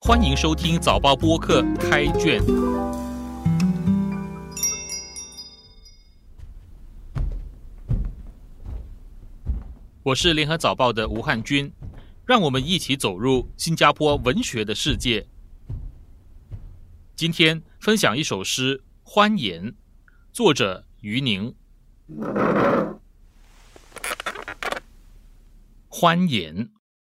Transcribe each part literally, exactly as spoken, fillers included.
欢迎收听早报播客开卷。我是联合早报的吴汉君，让我们一起走入新加坡文学的世界。今天分享一首诗《欢颜》，作者于宁。欢颜，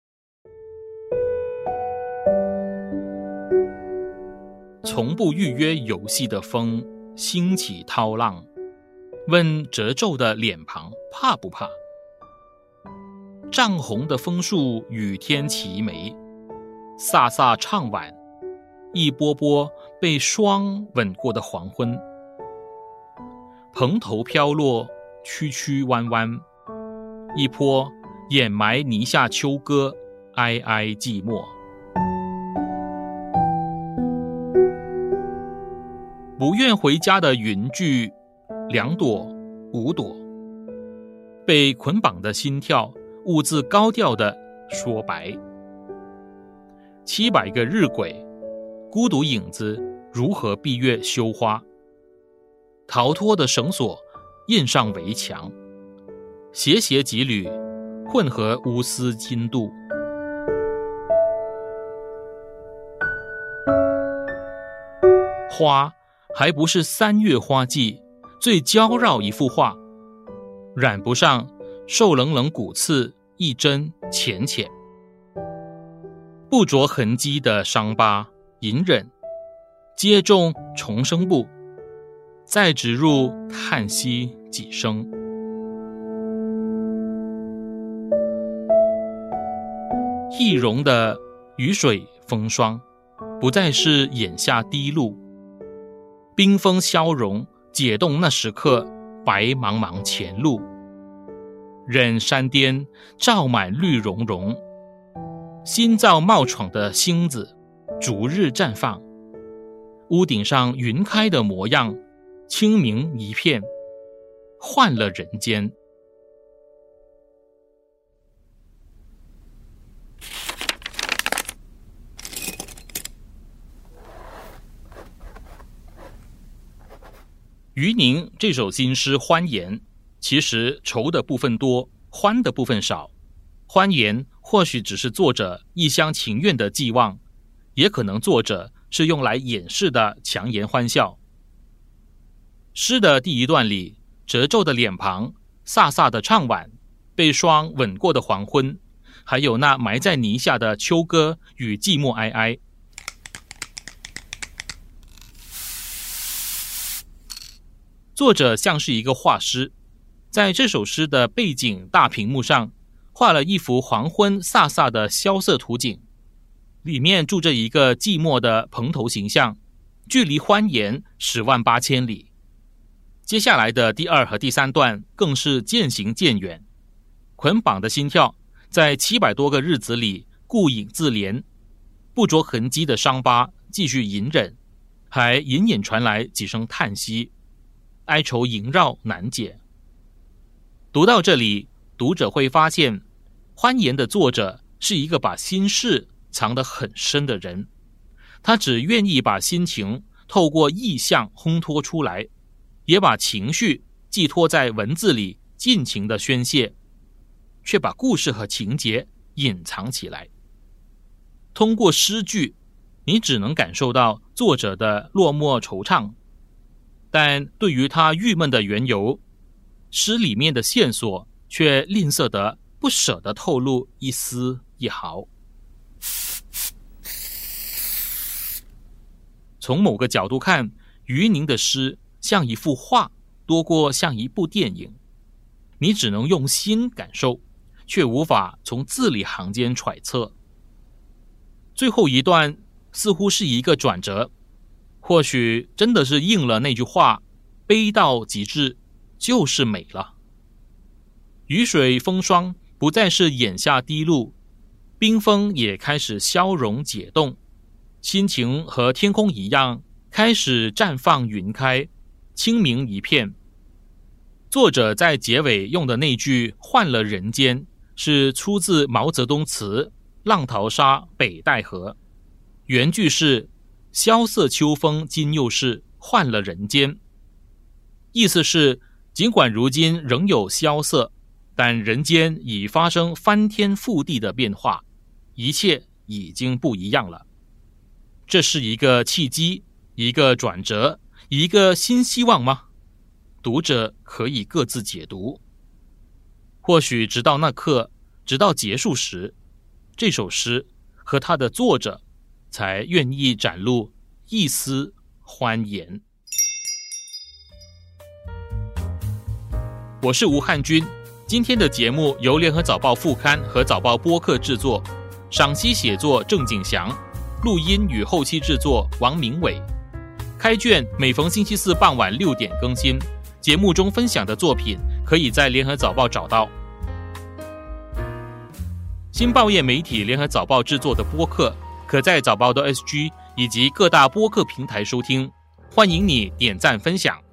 从不预约游戏的风兴起涛浪，问褶皱的脸庞怕不怕？涨红的枫树与天齐眉，飒飒唱晚，一波波被霜吻过的黄昏。蓬头飘落，曲曲弯弯，一坡掩埋泥下秋歌，哀哀寂寞。不愿回家的云句，两朵五朵，被捆绑的心跳兀自高调的说白。七百个日晷，孤独影子如何闭月羞花？逃脱的绳索印上围墙，斜斜几缕混合乌丝金度。花还不是三月花季最娇绕一幅画，染不上瘦冷冷骨刺一针浅浅。不着痕迹的伤疤隐忍，接种重生部，再植入叹息几声。易容的雨水风霜，不再是眼下滴露。冰封消融，解冻那时刻白茫茫前路。任山巅罩满绿茸茸，新造冒闯的星子逐日绽放。屋顶上云开的模样，清明一片，换了人间。于宁这首新诗《欢颜》，其实愁的部分多，欢的部分少。欢颜或许只是作者一厢情愿的寄望，也可能作者是用来掩饰的强颜欢笑。诗的第一段里，褶皱的脸庞，飒飒的唱晚，被霜吻过的黄昏，还有那埋在泥下的秋歌与寂寞哀哀。作者像是一个画师，在这首诗的背景大屏幕上画了一幅黄昏飒飒的萧瑟图景，里面住着一个寂寞的蓬头形象，距离欢颜十万八千里。接下来的第二和第三段更是渐行渐远，捆绑的心跳在七百多个日子里顾影自怜，不着痕迹的伤疤继续隐忍，还隐隐传来几声叹息，哀愁萦绕难解。读到这里，读者会发现，欢颜的作者是一个把心事藏得很深的人，他只愿意把心情透过意象烘托出来，也把情绪寄托在文字里尽情的宣泄，却把故事和情节隐藏起来。通过诗句，你只能感受到作者的落寞惆怅，但对于他郁闷的缘由，诗里面的线索却吝啬得不舍得透露一丝一毫。从某个角度看，于宁的诗像一幅画，多过像一部电影。你只能用心感受，却无法从字里行间揣测。最后一段似乎是一个转折，或许真的是应了那句话，悲到极致就是美了。雨水风霜不再是眼下滴露，冰封也开始消融解冻，心情和天空一样，开始绽放云开，清明一片。作者在结尾用的那句换了人间，是出自毛泽东词《浪淘沙北戴河》， 原句是萧瑟秋风今又是，换了人间。意思是尽管如今仍有萧瑟，但人间已发生翻天覆地的变化，一切已经不一样了。这是一个契机，一个转折，一个新希望吗？读者可以各自解读。或许直到那刻，直到结束时，这首诗和它的作者才愿意展露一丝欢颜。我是吴汉君，今天的节目由联合早报副刊和早报播客制作，赏析写作郑景祥，录音与后期制作王明伟。开卷每逢星期四傍晚六点更新，节目中分享的作品可以在联合早报找到。新报业媒体联合早报制作的播客，可在早报的 S G 以及各大播客平台收听，欢迎你点赞分享。